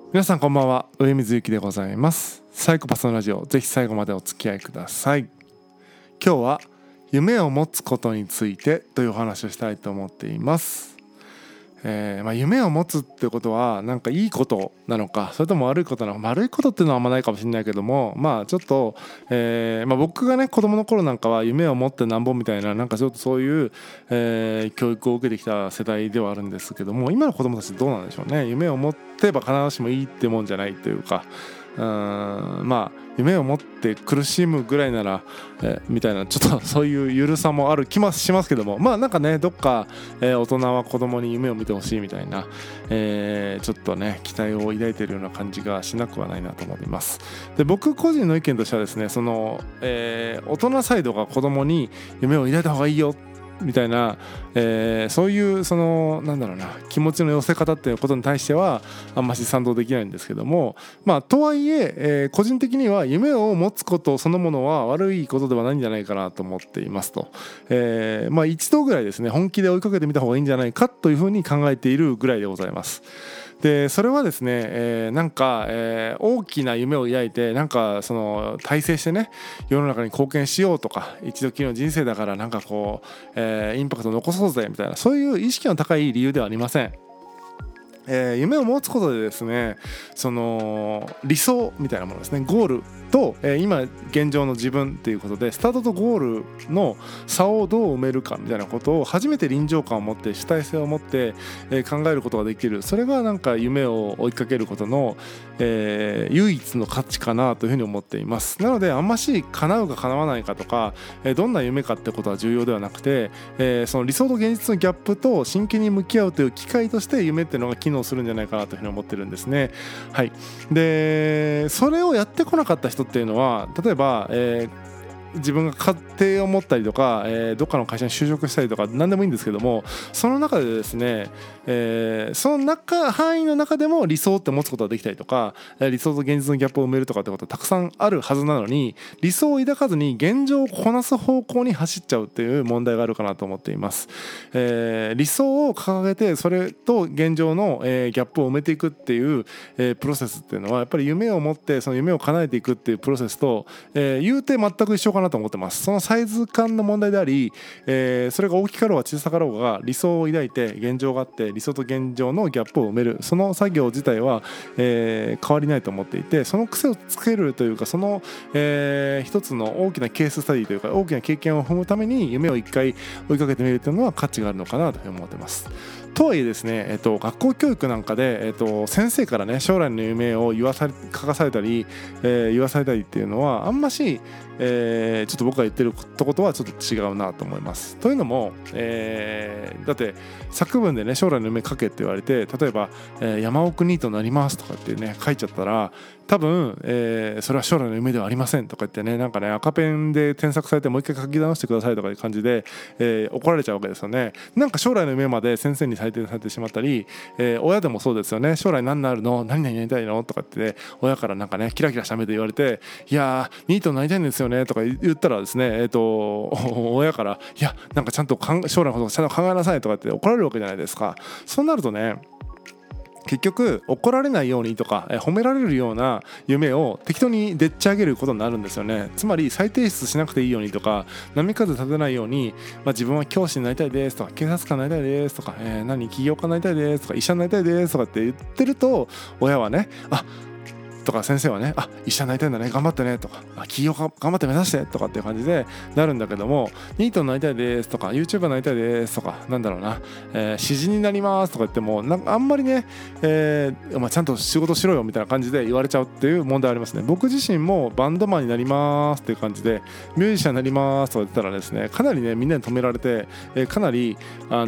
皆さんこんばんは、上水幸でございます。サイコパスのラジオ、ぜひ最後までお付き合いください。今日は夢を持つことについてというお話をしたいと思っています。夢を持つってことはなんかいいことなのか、それとも悪いことなのか。悪いことっていうのはあんまないかもしれないけども、ちょっと、僕がね子供の頃なんかは夢を持ってなんぼみたいな、なんかちょっとそういう、教育を受けてきた世代ではあるんですけども、今の子供たちどうなんでしょうね。夢を持ってば必ずしもいいってもんじゃないというか、夢を持って苦しむぐらいなら、みたいな、ちょっとそういう緩さもある気もしますけども、なんかねどっか、大人は子供に夢を見てほしいみたいな、ちょっとね期待を抱いているような感じがしなくはないなと思います。で、僕個人の意見としてはですね、大人サイドが子供に夢を抱いた方がいいよみたいな、そういう気持ちの寄せ方っていうことに対してはあんまし賛同できないんですけども、とはいえ個人的には夢を持つことそのものは悪いことではないんじゃないかなと思っていますと、一度ぐらいですね本気で追いかけてみた方がいいんじゃないかというふうに考えているぐらいでございます。でそれはですね、大きな夢を抱いて大成してね世の中に貢献しようとか、一度きりの人生だからインパクトを残そうぜみたいな、そういう意識の高い理由ではありません。夢を持つことでですね、理想みたいなものですね、ゴールと、今現状の自分っていうことで、スタートとゴールの差をどう埋めるかみたいなことを初めて臨場感を持って主体性を持って、考えることができる。それが夢を追いかけることの、唯一の価値かなというふうに思っています。なのであんまし叶うか叶わないかとか、どんな夢かってことは重要ではなくて、その理想と現実のギャップと真剣に向き合うという機会として夢っていうのが機能するんじゃないかなというふうに思ってるんですね。はい。でそれをやってこなかった人っていうのは、例えば、自分が家庭を持ったりとか、どっかの会社に就職したりとか何でもいいんですけども、その中でですね、その範囲の中でも理想って持つことができたりとか、理想と現実のギャップを埋めるとかってことはたくさんあるはずなのに、理想を抱かずに現状をこなす方向に走っちゃうっていう問題があるかなと思っています。理想を掲げてそれと現状の、ギャップを埋めていくっていう、プロセスっていうのはやっぱり夢を持ってその夢を叶えていくっていうプロセスと、言うて全く一緒かなと思ってます。そのサイズ感の問題であり、それが大きかろうが小さかろうが理想を抱いて現状があって理想と現状のギャップを埋める、その作業自体は、変わりないと思っていて、その癖をつけるというか、その、一つの大きなケーススタディというか大きな経験を踏むために夢を一回追いかけてみるというのは価値があるのかなというふうに思ってます。とはいえですね、学校教育なんかで、先生からね将来の夢を書かされたり、言わされたりっていうのはあんまし、ちょっと僕が言ってることはちょっと違うなと思います。というのも、だって作文でね将来の夢書けって言われて、例えば、山奥ニートになりますとかってね書いちゃったら、多分、それは将来の夢ではありませんとか言ってね、赤ペンで添削されてもう一回書き直してくださいとかいう感じで、怒られちゃうわけですよね。将来の夢まで先生に採点されてしまったり、親でもそうですよね。将来何になるの、何々やりたいのとかって、親からキラキラした目で言われて、いやーニートになりたいんですよねとか言ったらですね、親からいやちゃんと将来のことをちゃんと考えなさいとかって怒られるわけじゃないですか。そうなるとね、結局怒られないようにとか褒められるような夢を適当にでっち上げることになるんですよね。つまり再提出しなくていいようにとか、波風立てないように、自分は教師になりたいですとか、警察官になりたいですとか、起業家になりたいですとか、医者になりたいですとかって言ってると、親はねとか先生はね、医者になりたいんだね、頑張ってねとか、起業家頑張って目指してとかっていう感じでなるんだけども、ニートになりたいですとか YouTuber になりたいですとか、詩人になりますとか言ってもあんまりね、ちゃんと仕事しろよみたいな感じで言われちゃうっていう問題ありますね。僕自身もバンドマンになりますっていう感じでミュージシャンになりますとか言ったらですね、かなりねみんなに止められて、かなり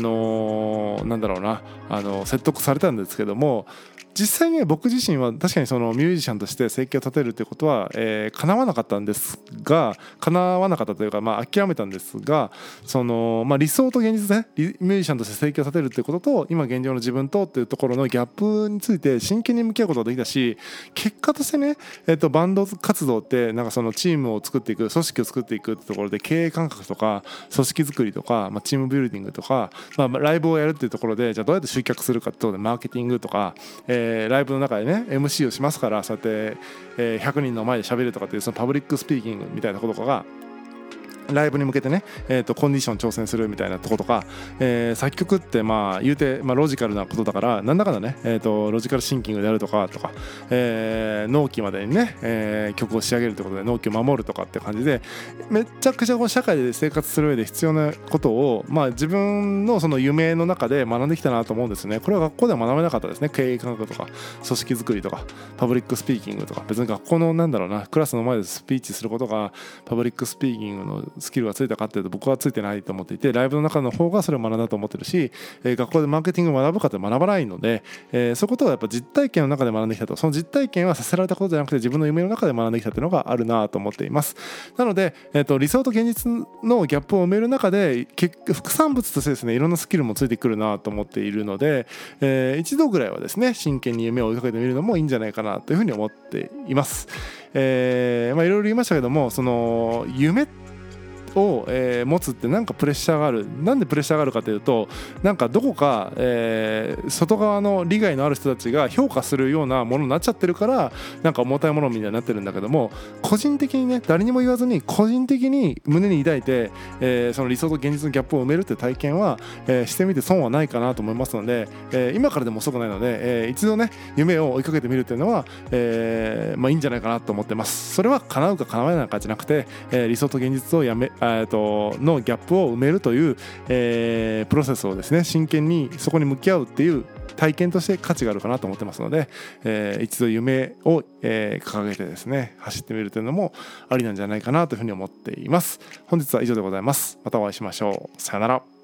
説得されたんですけども、実際に僕自身は確かにそのミュージシャンとして生計を立てるということは、叶わなかったんですが、叶わなかったというか、諦めたんですが、理想と現実ね、ミュージシャンとして生計を立てるということと今現状の自分とっていうところのギャップについて真剣に向き合うことができたし、結果としてね、バンド活動ってそのチームを作っていく、組織を作っていくってところで経営感覚とか組織作りとか、チームビルディングとか、ライブをやるっていうところで、じゃあどうやって集客するかってところでマーケティングとか、 ライブの中でね MC をしますから、そうやって、100人の前で喋るとかっていうそのパブリックスピーキングみたいなことがライブに向けてね、コンディション挑戦するみたいなとことか、作曲って言うて、ロジカルなことだからなんだかんだね、ロジカルシンキングであるとか、納期までにね、曲を仕上げるということで納期を守るとかって感じで、めちゃくちゃこう社会で生活する上で必要なことを、自分のその夢の中で学んできたなと思うんですね。これは学校では学べなかったですね。経営科学とか組織づくりとかパブリックスピーキングとか、別に学校のクラスの前でスピーチすることがパブリックスピーキングのスキルがついたかっていうと僕はついてないと思っていて、ライブの中の方がそれを学んだと思ってるし、学校でマーケティングを学ぶかって学ばないので、そういうことはやっぱ実体験の中で学んできたと。その実体験はさせられたことじゃなくて自分の夢の中で学んできたっていうのがあるなと思っています。なので、理想と現実のギャップを埋める中で副産物としてですね、いろんなスキルもついてくるなと思っているので、一度ぐらいはですね真剣に夢を追いかけてみるのもいいんじゃないかなというふうに思っています。いろいろ言いましたけども、その夢を、持つってなんかプレッシャーがある。なんでプレッシャーがあるかというと、なんかどこか、外側の利害のある人たちが評価するようなものになっちゃってるから、なんか重たいものみたいになってるんだけども、個人的にね、誰にも言わずに個人的に胸に抱いて、その理想と現実のギャップを埋めるっていう体験は、してみて損はないかなと思いますので、今からでも遅くないので、一度ね夢を追いかけてみるっていうのは、いいんじゃないかなと思ってます。それは叶うか叶わないかじゃなくて、理想と現実をのギャップを埋めるという、プロセスをですね真剣にそこに向き合うっていう体験として価値があるかなと思ってますので、一度夢を、掲げてですね走ってみるというのもありなんじゃないかなというふうに思っています。本日は以上でございます。またお会いしましょう。さよなら。